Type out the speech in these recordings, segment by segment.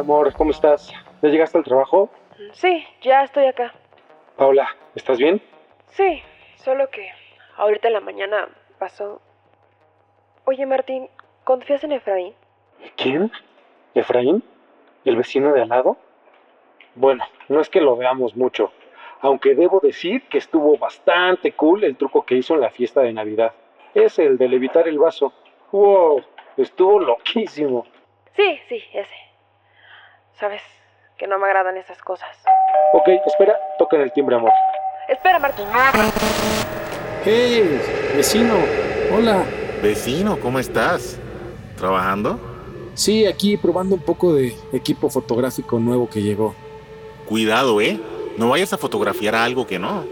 amor, ¿cómo estás? ¿Ya llegaste al trabajo? Sí, ya estoy acá. Paula, ¿estás bien? Sí, solo que ahorita en la mañana pasó... Oye, Martín, ¿confías en Efraín? ¿Quién? ¿Efraín? ¿El vecino de al lado? Bueno, no es que lo veamos mucho, aunque debo decir que estuvo bastante cool el truco que hizo en la fiesta de Navidad. Es el de levitar el vaso. ¡Wow! Estuvo loquísimo. Sí, ese. Sabes que no me agradan esas cosas. Ok, espera, toca en el timbre, amor. Espera, Martín. ¡Hey, vecino! Hola. Vecino, ¿cómo estás? ¿Trabajando? Sí, aquí probando un poco de equipo fotográfico nuevo que llegó. Cuidado, no vayas a fotografiar algo que no.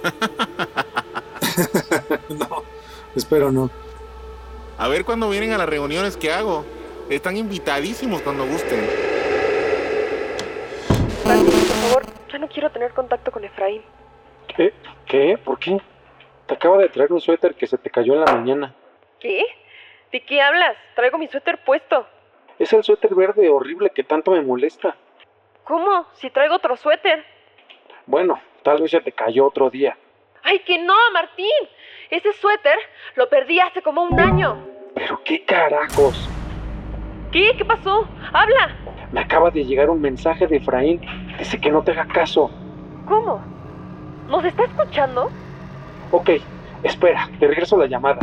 No, espero no. A ver cuando vienen a las reuniones que hago. Están invitadísimos cuando gusten. Martín, por favor, ya no quiero tener contacto con Efraín. ¿Qué? ¿Por qué? Te acaba de traer un suéter que se te cayó en la mañana. ¿Qué? ¿De qué hablas? Traigo mi suéter puesto. Es el suéter verde horrible que tanto me molesta. ¿Cómo? Si traigo otro suéter. Bueno, tal vez se te cayó otro día. ¡Ay, que no, Martín! Ese suéter lo perdí hace como un año. ¿Pero qué carajos? ¿Qué? ¿Qué pasó? ¡Habla! Me acaba de llegar un mensaje de Efraín. Dice que no te haga caso. ¿Cómo? ¿Nos está escuchando? Ok, espera, te regreso la llamada.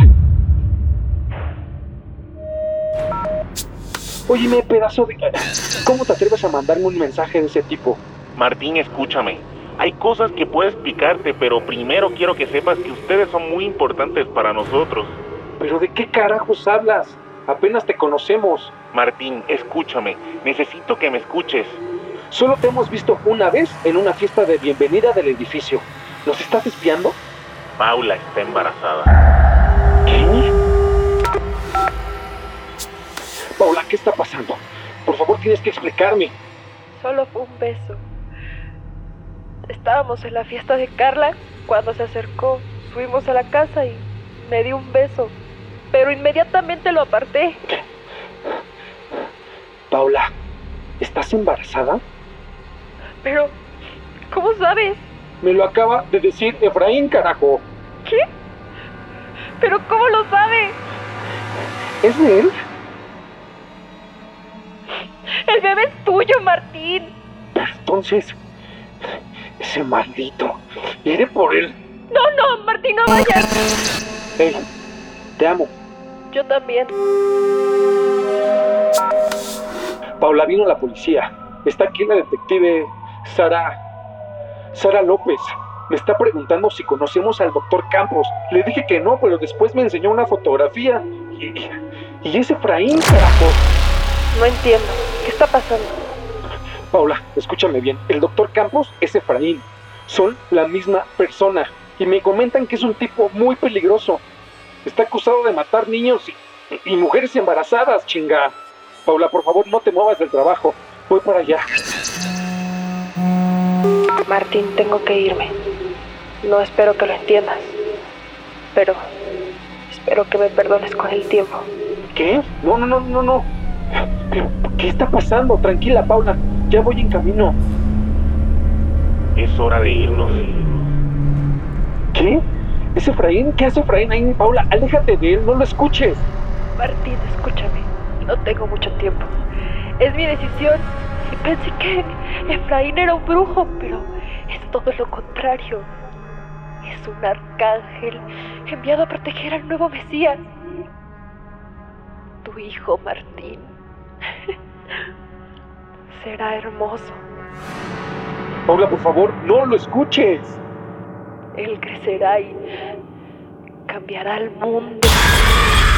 Óyeme, pedazo de... ¿Cómo te atreves a mandarme un mensaje de ese tipo? Martín, escúchame. Hay cosas que puedo explicarte, pero primero quiero que sepas que ustedes son muy importantes para nosotros. ¿Pero de qué carajos hablas? Apenas te conocemos. Martín, escúchame. Necesito que me escuches. Solo te hemos visto una vez en una fiesta de bienvenida del edificio. ¿Nos estás espiando? Paula está embarazada. ¿Qué? Paula, ¿qué está pasando? Por favor, tienes que explicarme. Solo fue un beso. Estábamos en la fiesta de Carla cuando se acercó. Fuimos a la casa y me dio un beso. Pero inmediatamente lo aparté. Paula, ¿estás embarazada? Pero, ¿cómo sabes? Me lo acaba de decir Efraín, carajo. ¿Qué? ¿Pero cómo lo sabe? ¿Es de él? El bebé es tuyo, Martín. Pero entonces... ese maldito... iré por él. No, Martín, no vayas. Hey, te amo. Yo también. Paula, vino la policía. Está aquí la detective Sara López. Me está preguntando si conocemos al doctor Campos. Le dije que no, pero después me enseñó una fotografía. Y es Efraín, carajo. No entiendo. ¿Qué está pasando? Paula, escúchame bien. El doctor Campos es Efraín. Son la misma persona. Y me comentan que es un tipo muy peligroso. Está acusado de matar niños y mujeres embarazadas, chinga. Paula, por favor, no te muevas del trabajo. Voy para allá. Martín, tengo que irme. No espero que lo entiendas. Pero espero que me perdones con el tiempo. ¿Qué? No. ¿Pero qué está pasando? Tranquila, Paula. Ya voy en camino. Es hora de irnos. ¿Qué? ¿Es Efraín? ¿Qué hace Efraín ahí? Paula, aléjate de él, no lo escuches. Martín, escúchame. No tengo mucho tiempo. Es mi decisión. Y pensé que Efraín era un brujo, pero es todo lo contrario. Es un arcángel enviado a proteger al nuevo Mesías. Tu hijo, Martín, será hermoso. Paula, por favor, no lo escuches. Él crecerá y cambiará el mundo.